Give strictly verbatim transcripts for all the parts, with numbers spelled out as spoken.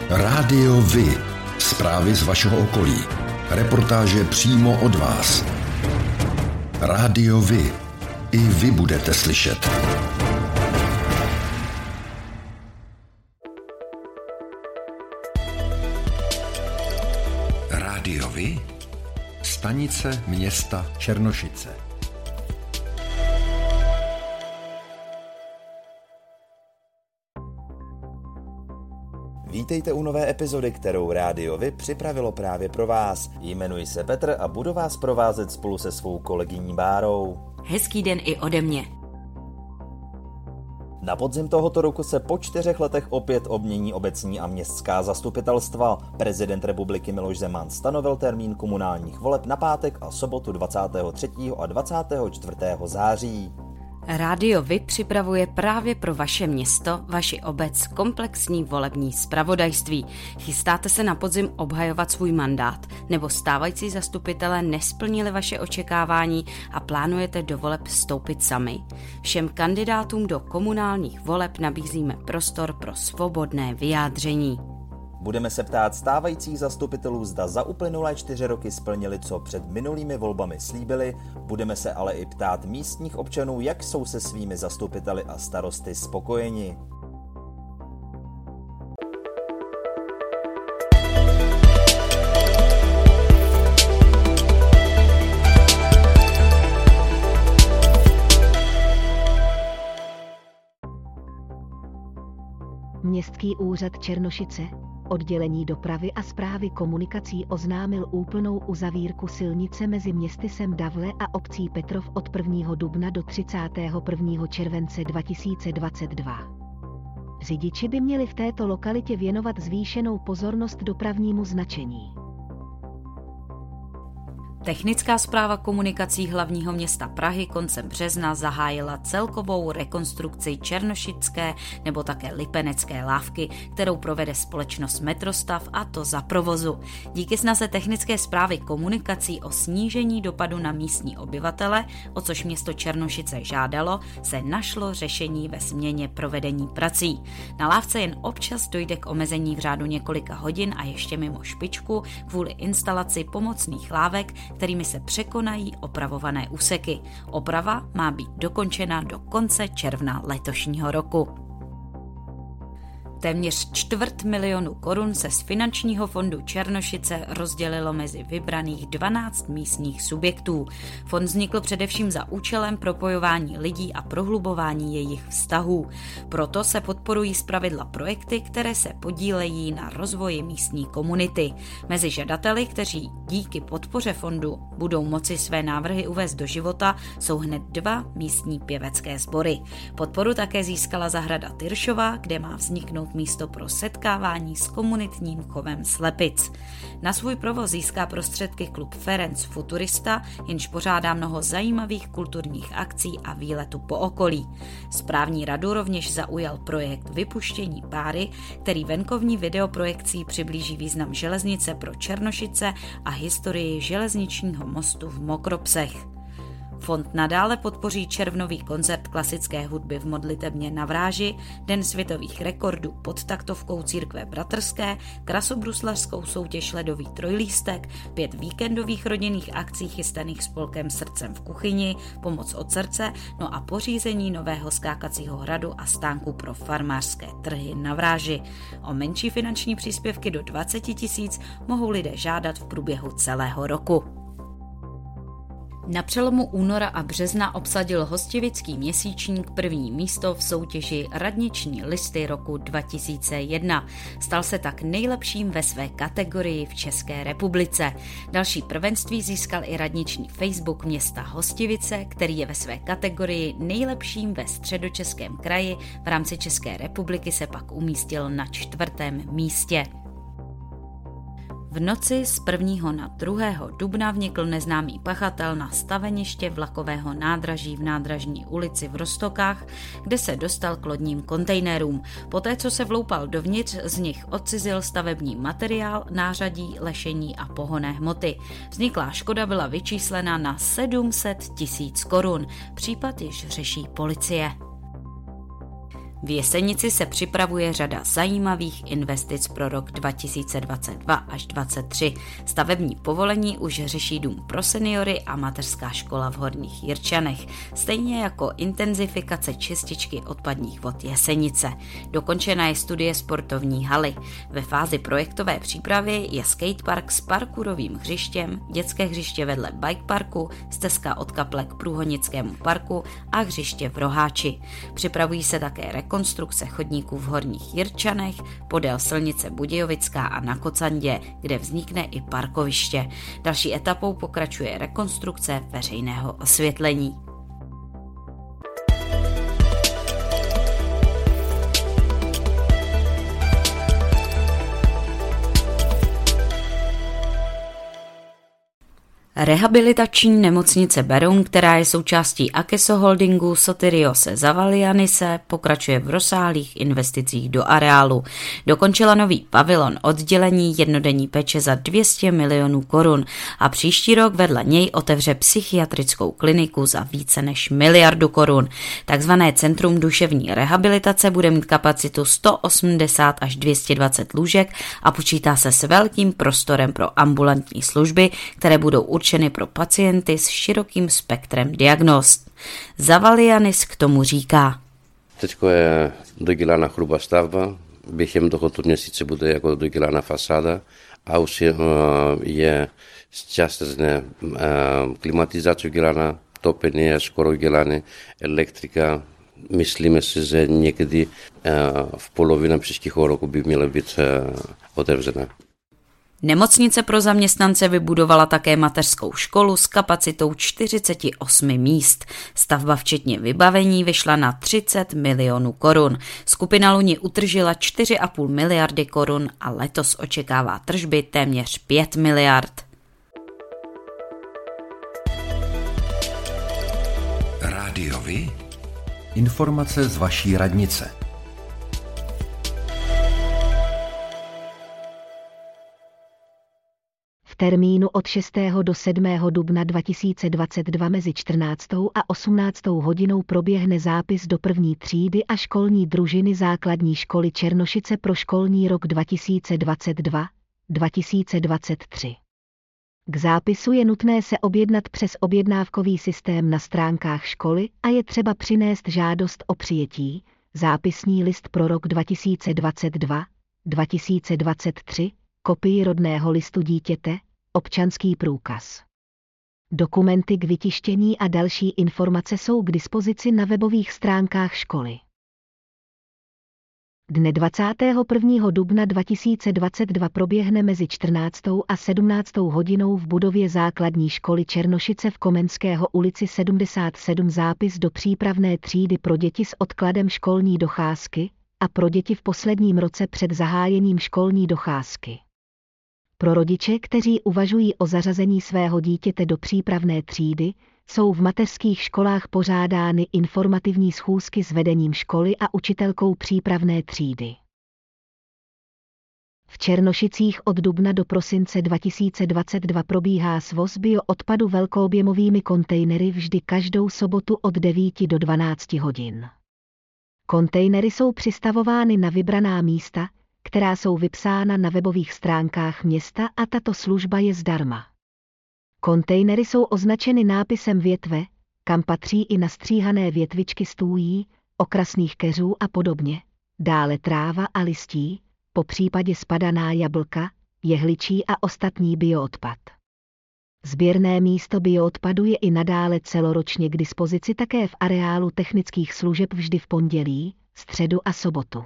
Rádio Vy. Zprávy z vašeho okolí. Reportáže přímo od vás. Rádio Vy. I vy budete slyšet. Rádio Vy. Stanice města Černošice. Vítejte u nové epizody, kterou Rádio Vy připravilo právě pro vás. Jmenuji se Petr a budu vás provázet spolu se svou kolegyní Bárou. Hezký den i ode mě. Na podzim tohoto roku se po čtyřech letech opět obmění obecní a městská zastupitelstva. Prezident republiky Miloš Zeman stanovil termín komunálních voleb na pátek a sobotu dvacátého třetího a dvacátého čtvrtého září. Rádio Vy připravuje právě pro vaše město, vaši obec komplexní volební zpravodajství. Chystáte se na podzim obhajovat svůj mandát, nebo stávající zastupitelé nesplnili vaše očekávání a plánujete do voleb vstoupit sami? Všem kandidátům do komunálních voleb nabízíme prostor pro svobodné vyjádření. Budeme se ptát stávajících zastupitelů, zda za uplynulé čtyři roky splnili, co před minulými volbami slíbili. Budeme se ale i ptát místních občanů, jak jsou se svými zastupiteli a starosty spokojeni. Městský úřad Černošice, oddělení dopravy a správy komunikací oznámil úplnou uzavírku silnice mezi městysem Davle a obcí Petrov od prvního dubna do třicátého prvního července dva tisíce dvacet dva. Řidiči by měli v této lokalitě věnovat zvýšenou pozornost dopravnímu značení. Technická správa komunikací hlavního města Prahy koncem března zahájila celkovou rekonstrukci černošické nebo také lipenecké lávky, kterou provede společnost Metrostav, a to za provozu. Díky snaze technické správy komunikací o snížení dopadu na místní obyvatele, o což město Černošice žádalo, se našlo řešení ve změně provedení prací. Na lávce jen občas dojde k omezení v řádu několika hodin a ještě mimo špičku kvůli instalaci pomocných lávek, kterými se překonají opravované úseky. Oprava má být dokončena do konce června letošního roku. Téměř čtvrt milionu korun se z finančního fondu Černošice rozdělilo mezi vybraných dvanáct místních subjektů. Fond vznikl především za účelem propojování lidí a prohlubování jejich vztahů. Proto se podporují zpravidla projekty, které se podílejí na rozvoji místní komunity. Mezi žadateli, kteří díky podpoře fondu budou moci své návrhy uvést do života, jsou hned dva místní pěvecké sbory. Podporu také získala zahrada Tyršova, kde má vzniknout místo pro setkávání s komunitním chovem slepic. Na svůj provoz získá prostředky klub Ferenc Futurista, jenž pořádá mnoho zajímavých kulturních akcí a výletů po okolí. Správní radu rovněž zaujal projekt Vypuštění páry, který venkovní videoprojekcí přiblíží význam železnice pro Černošice a historii železničního mostu v Mokropsech. Fond nadále podpoří červnový koncert klasické hudby v modlitebně na Vráži, Den světových rekordů pod taktovkou Církve bratrské, krasobruslařskou soutěž Ledový trojlístek, pět víkendových rodinných akcí chystaných spolkem Srdcem v kuchyni, Pomoc od srdce, no a pořízení nového skákacího hradu a stánku pro farmářské trhy na Vráži. O menší finanční příspěvky do dvacet tisíc mohou lidé žádat v průběhu celého roku. Na přelomu února a března obsadil hostivický měsíčník první místo v soutěži Radniční listy roku dva tisíce jedna. Stal se tak nejlepším ve své kategorii v České republice. Další prvenství získal i radniční Facebook města Hostivice, který je ve své kategorii nejlepším ve Středočeském kraji. V rámci České republiky se pak umístil na čtvrtém místě. V noci z prvního na druhého dubna vnikl neznámý pachatel na staveniště vlakového nádraží v Nádražní ulici v Roztokách, kde se dostal k lodním kontejnerům. Poté, co se vloupal dovnitř, z nich odcizil stavební materiál, nářadí, lešení a pohonné hmoty. Vzniklá škoda byla vyčíslena na sedm set tisíc korun. Případ již řeší policie. V Jesenici se připravuje řada zajímavých investic pro rok dva tisíce dvacet dva až dvacet tři. Stavební povolení už řeší dům pro seniory a mateřská škola v Horních Jirčanech, stejně jako intenzifikace čističky odpadních vod Jesenice. Dokončena je studie sportovní haly. Ve fázi projektové přípravy je skatepark s parkourovým hřištěm, dětské hřiště vedle bike parku, stezka od kaple k Průhonickému parku a hřiště v Roháči. Připravují se také rekonstrukce chodníků v Horních Jirčanech, podél silnice Budějovická a na Kocandě, kde vznikne i parkoviště. Další etapou pokračuje rekonstrukce veřejného osvětlení. Rehabilitační nemocnice Beroun, která je součástí Akeso Holdingu Sotiriose Zavalianise, pokračuje v rozsáhlých investicích do areálu. Dokončila nový pavilon oddělení jednodenní péče za dvě stě milionů korun a příští rok vedle něj otevře psychiatrickou kliniku za více než miliardu korun. Takzvané Centrum duševní rehabilitace bude mít kapacitu sto osmdesát až dvě stě dvacet lůžek a počítá se s velkým prostorem pro ambulantní služby, které budou určeny pro pacienty s širokým spektrem diagnóz. Zavalianis k tomu říká. Teď je dodělána hrubá stavba, během tohoto měsíce bude jako dodělána fasáda a už je, je částečně klimatizace udělána, topení je skoro udělané, elektrika. Myslíme si, že někdy v polovině příštího roku by měla být otevřena. Nemocnice pro zaměstnance vybudovala také mateřskou školu s kapacitou čtyřicet osm míst. Stavba včetně vybavení vyšla na třicet milionů korun. Skupina Luni utržila čtyři a půl miliardy korun a letos očekává tržby téměř pět miliard. Rádiovi? Informace z vaší radnice. V termínu od šestého do sedmého dubna dva tisíce dvacet dva mezi čtrnáctou a osmnáctou hodinou proběhne zápis do první třídy a školní družiny základní školy Černošice pro školní rok dva tisíce dvacet dva dva tisíce dvacet tři. K zápisu je nutné se objednat přes objednávkový systém na stránkách školy a je třeba přinést žádost o přijetí, zápisní list pro rok dva tisíce dvacet dva dva tisíce dvacet tři, kopii rodného listu dítěte, občanský průkaz. Dokumenty k vytištění a další informace jsou k dispozici na webových stránkách školy. Dne dvacátého prvního dubna dva tisíce dvacet dva proběhne mezi čtrnáctou a sedmnáctou hodinou v budově základní školy Černošice v Komenského ulici sedmdesát sedm zápis do přípravné třídy pro děti s odkladem školní docházky a pro děti v posledním roce před zahájením školní docházky. Pro rodiče, kteří uvažují o zařazení svého dítěte do přípravné třídy, jsou v mateřských školách pořádány informativní schůzky s vedením školy a učitelkou přípravné třídy. V Černošicích od dubna do prosince dva tisíce dvacet dva probíhá svoz bioodpadu velkoobjemovými kontejnery vždy každou sobotu od devíti do dvanácti hodin. Kontejnery jsou přistavovány na vybraná místa, která jsou vypsána na webových stránkách města a tato služba je zdarma. Kontejnery jsou označeny nápisem větve, kam patří i nastříhané větvičky stůjí, okrasných keřů a podobně, dále tráva a listí, po případě spadaná jablka, jehličí a ostatní bioodpad. Sběrné místo bioodpadu je i nadále celoročně k dispozici také v areálu technických služeb vždy v pondělí, středu a sobotu.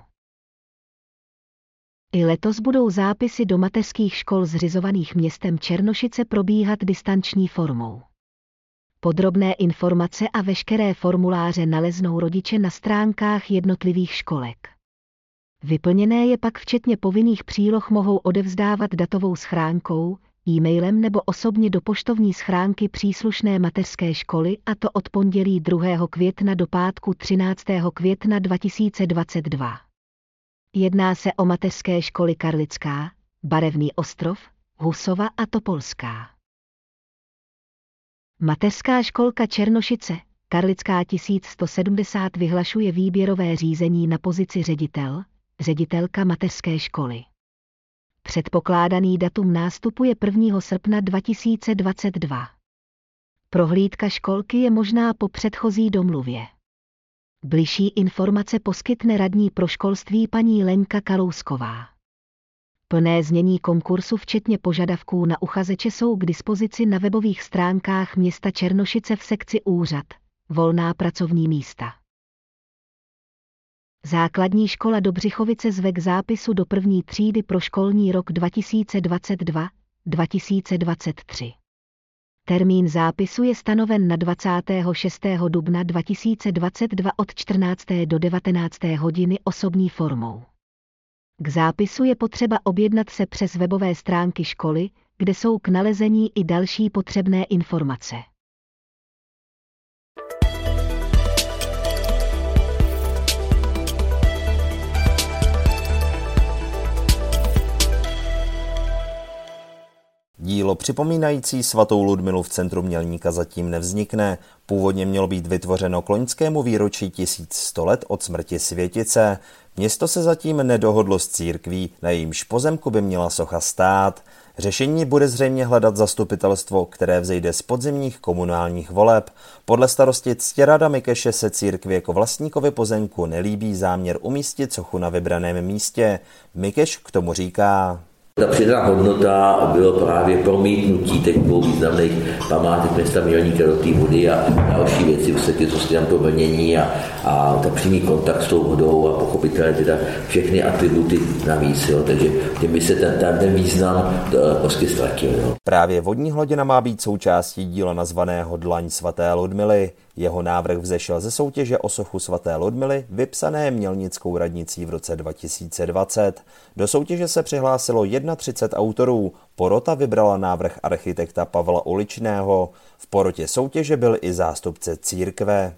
I letos budou zápisy do mateřských škol zřizovaných městem Černošice probíhat distanční formou. Podrobné informace a veškeré formuláře naleznou rodiče na stránkách jednotlivých školek. Vyplněné je pak včetně povinných příloh mohou odevzdávat datovou schránkou, e-mailem nebo osobně do poštovní schránky příslušné mateřské školy, a to od pondělí druhého května do pátku třináctého května dva tisíce dvacet dva. Jedná se o mateřské školy Karlická, Barevný Ostrov, Husova a Topolská. Mateřská školka Černošice, Karlická tisíc sto sedmdesát vyhlašuje výběrové řízení na pozici ředitel, ředitelka mateřské školy. Předpokládaný datum nástupu je prvního srpna dva tisíce dvacet dva. Prohlídka školky je možná po předchozí domluvě. Bližší informace poskytne radní pro školství paní Lenka Kalousková. Plné znění konkursu včetně požadavků na uchazeče jsou k dispozici na webových stránkách města Černošice v sekci Úřad, volná pracovní místa. Základní škola Dobřichovice zve k zápisu do první třídy pro školní rok dva tisíce dvacet dva dva tisíce dvacet tři. Termín zápisu je stanoven na dvacátého šestého dubna dva tisíce dvacet dva od čtrnácté do devatenácté hodiny osobní formou. K zápisu je potřeba objednat se přes webové stránky školy, kde jsou k nalezení i další potřebné informace. Dílo připomínající svatou Ludmilu v centru Mělníka zatím nevznikne. Původně mělo být vytvořeno k loňskému výročí tisíc sto let od smrti světice. Město se zatím nedohodlo s církví, na jejímž pozemku by měla socha stát. Řešení bude zřejmě hledat zastupitelstvo, které vzejde z podzimních komunálních voleb. Podle starosti Ctirada Mikeše se církvi jako vlastníkovi pozemku nelíbí záměr umístit sochu na vybraném místě. Mikeš k tomu říká: Ta přidaná hodnota bylo právě promítnutí těch dvou významných památek města Mělníka do té vody a další věci, vlastně co se tam to vlnění a, a ta přímý kontakt s tou vodou a pochopitelně teda všechny atributy navíc, jo. Takže tím by se ten, ten, ten význam prostě ztratil. Jo. Právě vodní hladina má být součástí díla nazvaného Dlaň svaté Ludmily. Jeho návrh vzešel ze soutěže o sochu svaté Ludmily, vypsané Mělnickou radnicí v roce dva tisíce dvacet. Do soutěže se přihlásilo třicet jedna autorů. Porota vybrala návrh architekta Pavla Uličného. V porotě soutěže byl i zástupce církve.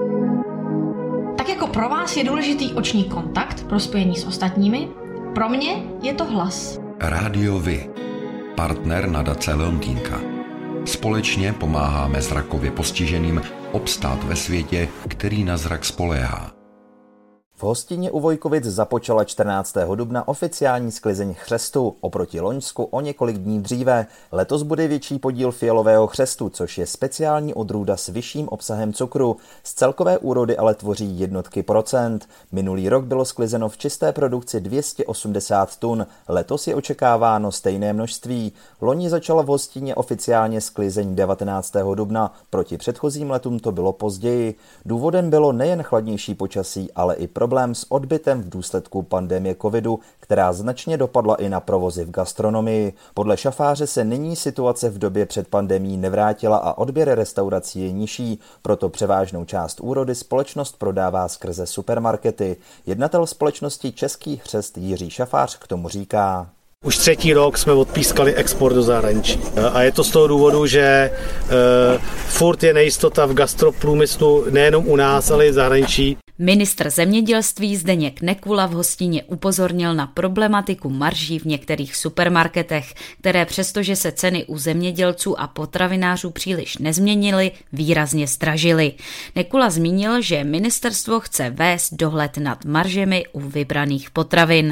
Tak jako pro vás je důležitý oční kontakt pro spojení s ostatními, pro mě je to hlas. Rádio Vy, partner nadace Leontýnka. Společně pomáháme zrakově postiženým obstát ve světě, který na zrak spoléhá. V Hostině u Vojkovic započala čtrnáctého dubna oficiální sklizeň chřestu, oproti loňsku o několik dní dříve. Letos bude větší podíl fialového chřestu, což je speciální odrůda s vyšším obsahem cukru. Z celkové úrody ale tvoří jednotky procent. Minulý rok bylo sklizeno v čisté produkci dvě stě osmdesát tun, letos je očekáváno stejné množství. Loni začala v Hostině oficiálně sklizeň devatenáctého dubna, proti předchozím letům to bylo později. Důvodem bylo nejen chladnější počasí, ale i pro problém s odbytem v důsledku pandemie covidu, která značně dopadla i na provozy v gastronomii. Podle šafáře se nyní situace v době před pandemií nevrátila a odběr restaurací je nižší, proto převážnou část úrody společnost prodává skrze supermarkety. Jednatel společnosti Český chřest Jiří Šafář k tomu říká: Už třetí rok jsme odpískali export do zahraničí. A je to z toho důvodu, že e, furt je nejistota v gastroprůmyslu nejenom u nás, ale i v zahraničí. Ministr zemědělství Zdeněk Nekula v Hostině upozornil na problematiku marží v některých supermarketech, které přestože se ceny u zemědělců a potravinářů příliš nezměnily, výrazně zdražily. Nekula zmínil, že ministerstvo chce vést dohled nad maržemi u vybraných potravin.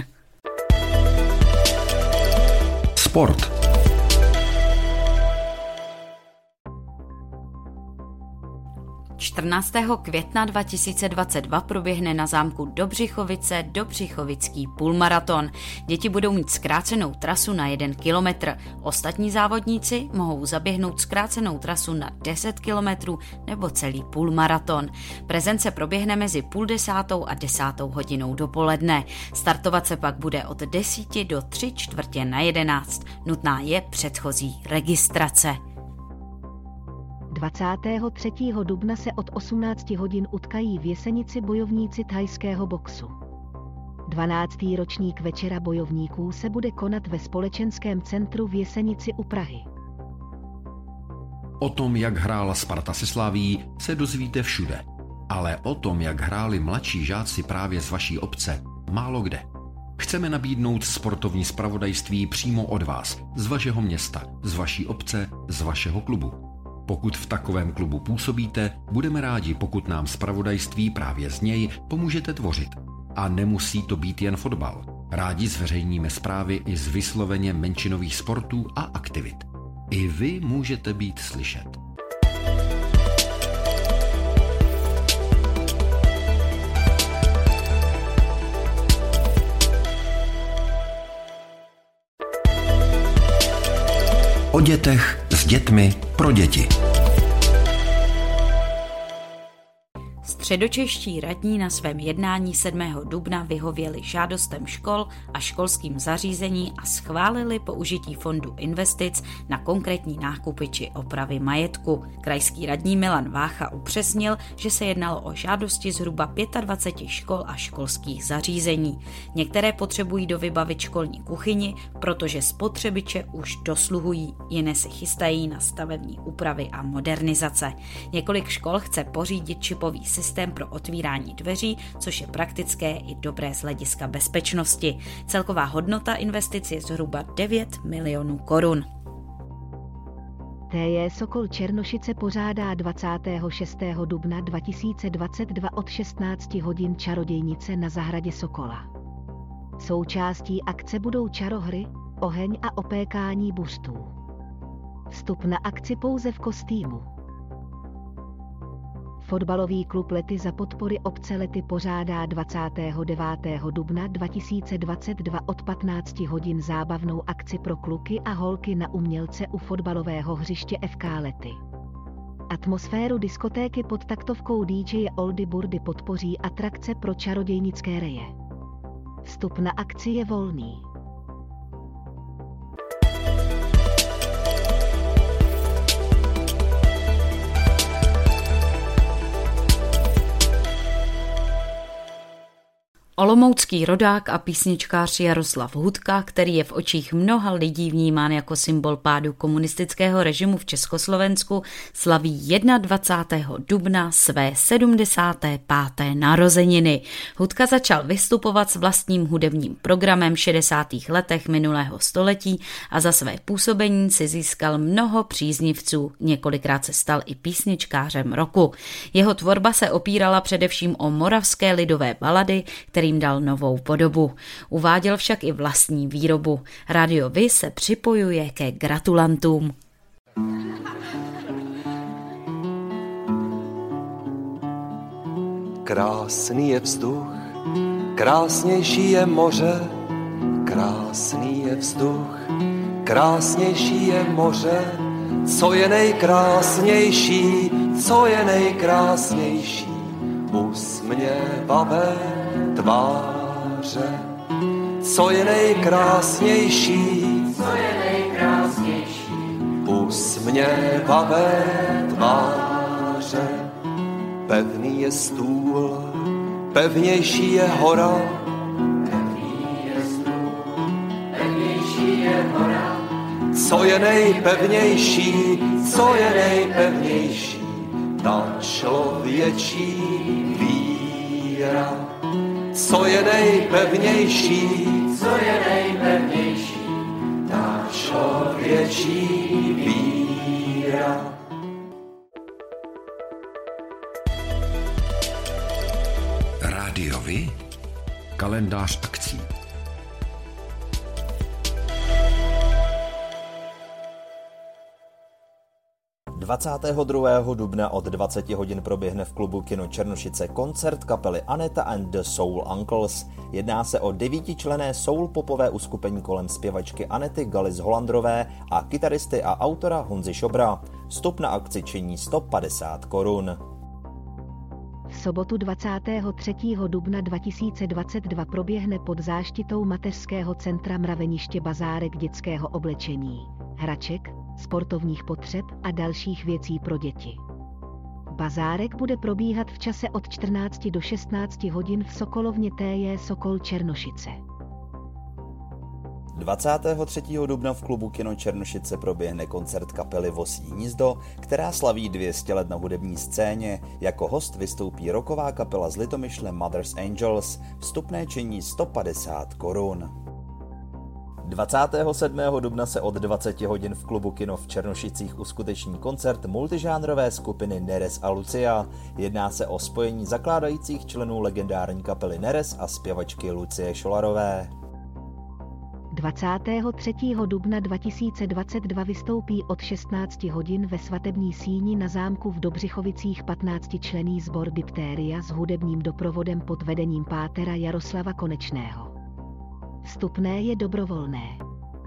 Sport. čtrnáctého května dva tisíce dvacet dva proběhne na zámku Dobřichovice Dobřichovický půlmaraton. Děti budou mít zkrácenou trasu na jeden kilometr. Ostatní závodníci mohou zaběhnout zkrácenou trasu na deset kilometrů nebo celý půlmaraton. Prezence proběhne mezi půl desátou a desátou hodinou dopoledne. Startovat se pak bude od desíti do tři čtvrtě na jedenáct. Nutná je předchozí registrace. dvacátého třetího dubna se od osmnácti hodin utkají v Jesenici bojovníci thajského boxu. dvanáctý ročník Večera bojovníků se bude konat ve společenském centru v Jesenici u Prahy. O tom, jak hrála Sparta se Slavií, se dozvíte všude. Ale o tom, jak hráli mladší žáci právě z vaší obce, málo kde. Chceme nabídnout sportovní zpravodajství přímo od vás, z vašeho města, z vaší obce, z vašeho klubu. Pokud v takovém klubu působíte, budeme rádi, pokud nám zpravodajství právě z něj pomůžete tvořit. A nemusí to být jen fotbal. Rádi zveřejníme zprávy i z vysloveně menšinových sportů a aktivit. I vy můžete být slyšet. O dětech, s dětmi, pro děti. Středočeští radní na svém jednání sedmého dubna vyhověli žádostem škol a školským zařízení a schválili použití fondu investic na konkrétní nákupy či opravy majetku. Krajský radní Milan Vácha upřesnil, že se jednalo o žádosti zhruba dvacet pět škol a školských zařízení. Některé potřebují dovybavit školní kuchyni, protože spotřebiče už dosluhují, jiné se chystají na stavební úpravy a modernizace. Několik škol chce pořídit čipový systém pro otvírání dveří, což je praktické i dobré z hlediska bezpečnosti. Celková hodnota investic je zhruba devět milionů korun. T J Sokol Černošice pořádá dvacátého šestého dubna dva tisíce dvacet dva od šestnácti hodin čarodějnice na zahradě Sokola. Součástí akce budou čarohry, oheň a opékání buřtů. Vstup na akci pouze v kostýmu. Fotbalový klub Lety za podpory obce Lety pořádá dvacátého devátého dubna dva tisíce dvacet dva od patnácti hodin zábavnou akci pro kluky a holky na umělce u fotbalového hřiště F K Lety. Atmosféru diskotéky pod taktovkou D J Oldy Burdy podpoří atrakce pro čarodějnické reje. Vstup na akci je volný. Olomoucký rodák a písničkář Jaroslav Hudka, který je v očích mnoha lidí vnímán jako symbol pádu komunistického režimu v Československu, slaví dvacátého prvního dubna své sedmdesáté páté narozeniny. Hudka začal vystupovat s vlastním hudebním programem v šedesátých letech minulého století a za své působení si získal mnoho příznivců. Několikrát se stal i písničkářem roku. Jeho tvorba se opírala především o moravské lidové balady, které kterým dal novou podobu. Uváděl však i vlastní výrobu. Radio Vy se připojuje ke gratulantům. Krásný je vzduch, krásnější je moře, krásný je vzduch, krásnější je moře, co je nejkrásnější, co je nejkrásnější, usměvavé tváře, co je nejkrásnější, co je nejkrásnější, usměvavé tváře. Pevný je stůl, pevnější je hora, pevný je stůl, pevnější je hora, co je nejpevnější, co je nejpevnější, ta člověčí víra. Co je nejpevnější, co je nejpevnější, ta člověčí víra. Radio Vy, kalendář akcí. dvacátého druhého dubna od dvaceti hodin proběhne v klubu Kino Černošice koncert kapely Aneta and the Soul Uncles. Jedná se o devítičlenné soul popové uskupení kolem zpěvačky Anety Galis Holandrové a kytaristy a autora Honzy Šobra. Vstup na akci činí sto padesát korun. V sobotu dvacátého třetího dubna dva tisíce dvacet dva proběhne pod záštitou mateřského centra Mraveniště bazárek dětského oblečení, hraček, sportovních potřeb a dalších věcí pro děti. Bazárek bude probíhat v čase od čtrnácti do šestnácti hodin v Sokolovně T J Sokol Černošice. dvacátého třetího dubna v klubu Kino Černošice proběhne koncert kapely Vosí hnízdo, která slaví dvě stě let na hudební scéně. Jako host vystoupí rocková kapela z Litomyšle Mother's Angels. Vstupné činí sto padesát korun. dvacátého sedmého dubna se od dvaceti hodin v klubu Kino v Černošicích uskuteční koncert multižánrové skupiny Neres a Lucia. Jedná se o spojení zakládajících členů legendární kapely Neres a zpěvačky Lucie Šolarové. dvacátého třetího dubna dva tisíce dvacet dva vystoupí od šestnácti hodin ve svatební síni na zámku v Dobřichovicích patnáctičlenný sbor Diptéria s hudebním doprovodem pod vedením pátera Jaroslava Konečného. Vstupné je dobrovolné.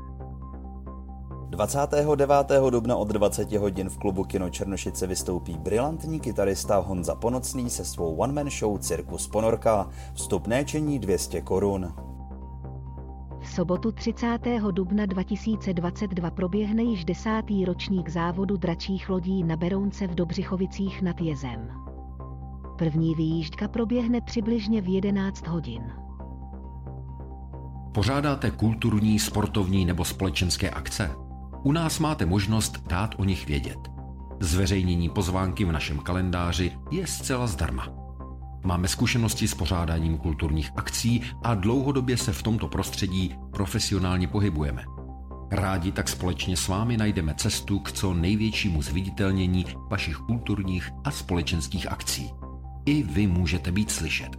dvacátého devátého dubna od dvaceti hodin v klubu Kino Černošice vystoupí brilantní kytarista Honza Ponocný se svou one-man show Cirkus Ponorka. Vstupné činí dvě stě korun. V sobotu třicátého dubna dva tisíce dvacet dva proběhne již desátý ročník závodu dračích lodí na Berounce v Dobřichovicích nad Jezem. První vyjížďka proběhne přibližně v jedenáct hodin. Pořádáte kulturní, sportovní nebo společenské akce? U nás máte možnost dát o nich vědět. Zveřejnění pozvánky v našem kalendáři je zcela zdarma. Máme zkušenosti s pořádáním kulturních akcí a dlouhodobě se v tomto prostředí profesionálně pohybujeme. Rádi tak společně s vámi najdeme cestu k co největšímu zviditelnění vašich kulturních a společenských akcí. I vy můžete být slyšet.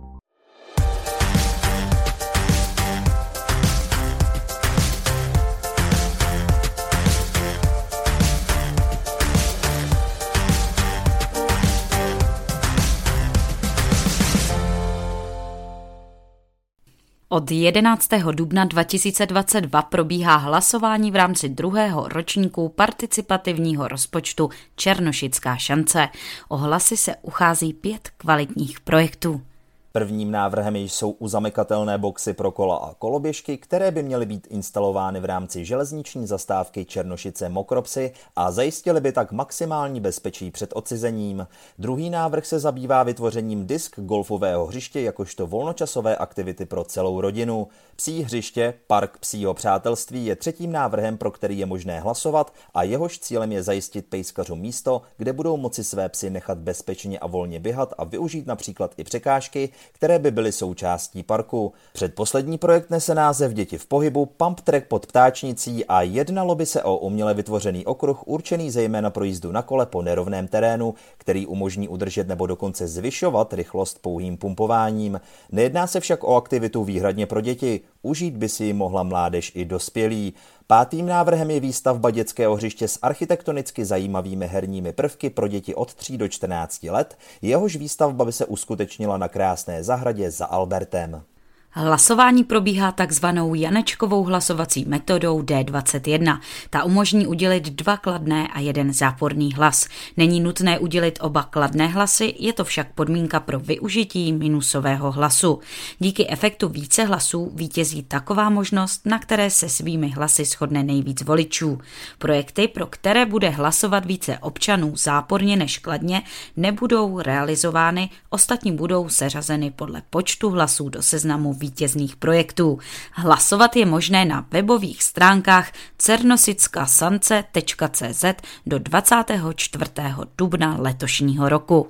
Od jedenáctého dubna dva tisíce dvacet dva probíhá hlasování v rámci druhého ročníku participativního rozpočtu Černošická šance. O hlasy se uchází pět kvalitních projektů. Prvním návrhem jsou uzamykatelné boxy pro kola a koloběžky, které by měly být instalovány v rámci železniční zastávky Černošice Mokropsy a zajistily by tak maximální bezpečí před odcizením. Druhý návrh se zabývá vytvořením disk golfového hřiště jakožto volnočasové aktivity pro celou rodinu. Psí hřiště, park psího přátelství je třetím návrhem, pro který je možné hlasovat a jehož cílem je zajistit pejskařům místo, kde budou moci své psy nechat bezpečně a volně běhat a využít například i překážky, které by byly součástí parku. Předposlední projekt nese název Děti v pohybu, pump track pod Ptáčnicí a jednalo by se o uměle vytvořený okruh určený zejména pro jízdu na kole po nerovném terénu, který umožní udržet nebo dokonce zvyšovat rychlost pouhým pumpováním. Nejedná se však o aktivitu výhradně pro děti, užít by si ji mohla mládež i dospělí. Pátým návrhem je výstavba dětského hřiště s architektonicky zajímavými herními prvky pro děti od tří do čtrnácti let, jehož výstavba by se uskutečnila na krásné zahradě za Albertem. Hlasování probíhá takzvanou Janečkovou hlasovací metodou D dvacet jedna. Ta umožní udělit dva kladné a jeden záporný hlas. Není nutné udělit oba kladné hlasy, je to však podmínka pro využití minusového hlasu. Díky efektu více hlasů vítězí taková možnost, na které se svými hlasy shodne nejvíc voličů. Projekty, pro které bude hlasovat více občanů záporně než kladně, nebudou realizovány, ostatní budou seřazeny podle počtu hlasů do seznamu vítězných projektů. Hlasovat je možné na webových stránkách cernosickasance tečka cé zet do dvacátého čtvrtého dubna letošního roku.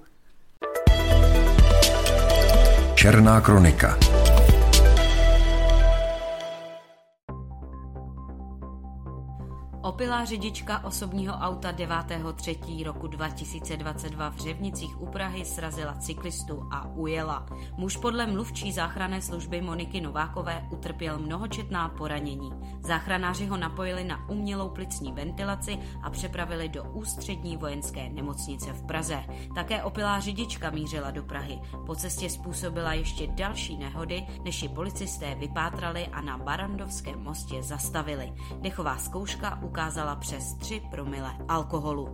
Černá kronika. Opilá řidička osobního auta devátého třetího roku dva tisíce dvacet dva v Řevnicích u Prahy srazila cyklistu a ujela. Muž podle mluvčí záchranné služby Moniky Novákové utrpěl mnohočetná poranění. Záchranáři ho napojili na umělou plicní ventilaci a přepravili do ústřední vojenské nemocnice v Praze. Také opilá řidička mířila do Prahy. Po cestě způsobila ještě další nehody, než ji policisté vypátrali a na Barandovském mostě zastavili. Dechová zkouška ukázala přes tři promile alkoholu.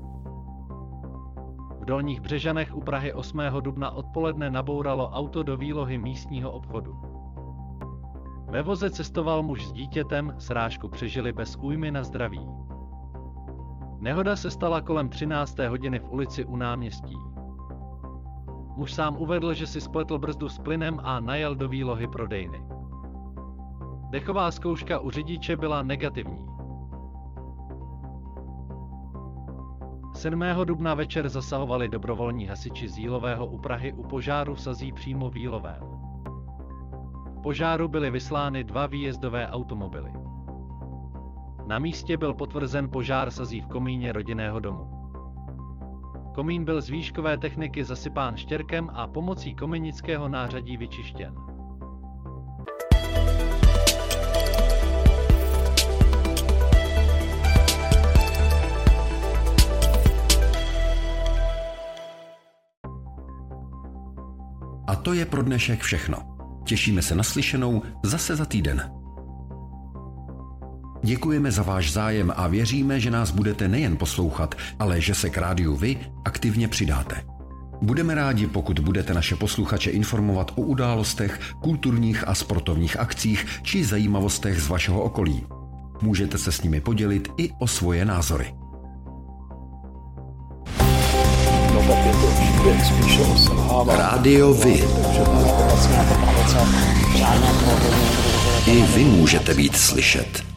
V Dolních Břežanech u Prahy osmého dubna odpoledne nabouralo auto do výlohy místního obchodu. Ve voze cestoval muž s dítětem, srážku přežili bez újmy na zdraví. Nehoda se stala kolem třinácté hodiny v ulici u náměstí. Muž sám uvedl, že si spletl brzdu s plynem a najel do výlohy prodejny. Dechová zkouška u řidiče byla negativní. sedmého dubna večer zasahovali dobrovolní hasiči z Jílového u Prahy u požáru v Sazí přímo v Jílovém. V požáru byly vyslány dva výjezdové automobily. Na místě byl potvrzen požár sazí v komíně rodinného domu. Komín byl z výškové techniky zasypán štěrkem a pomocí kominického nářadí vyčištěn. A to je pro dnešek všechno. Těšíme se na slyšenou zase za týden. Děkujeme za váš zájem a věříme, že nás budete nejen poslouchat, ale že se k rádiu vy aktivně přidáte. Budeme rádi, pokud budete naše posluchače informovat o událostech, kulturních a sportovních akcích či zajímavostech z vašeho okolí. Můžete se s nimi podělit i o svoje názory. Rádio Vy. I vy můžete být slyšet.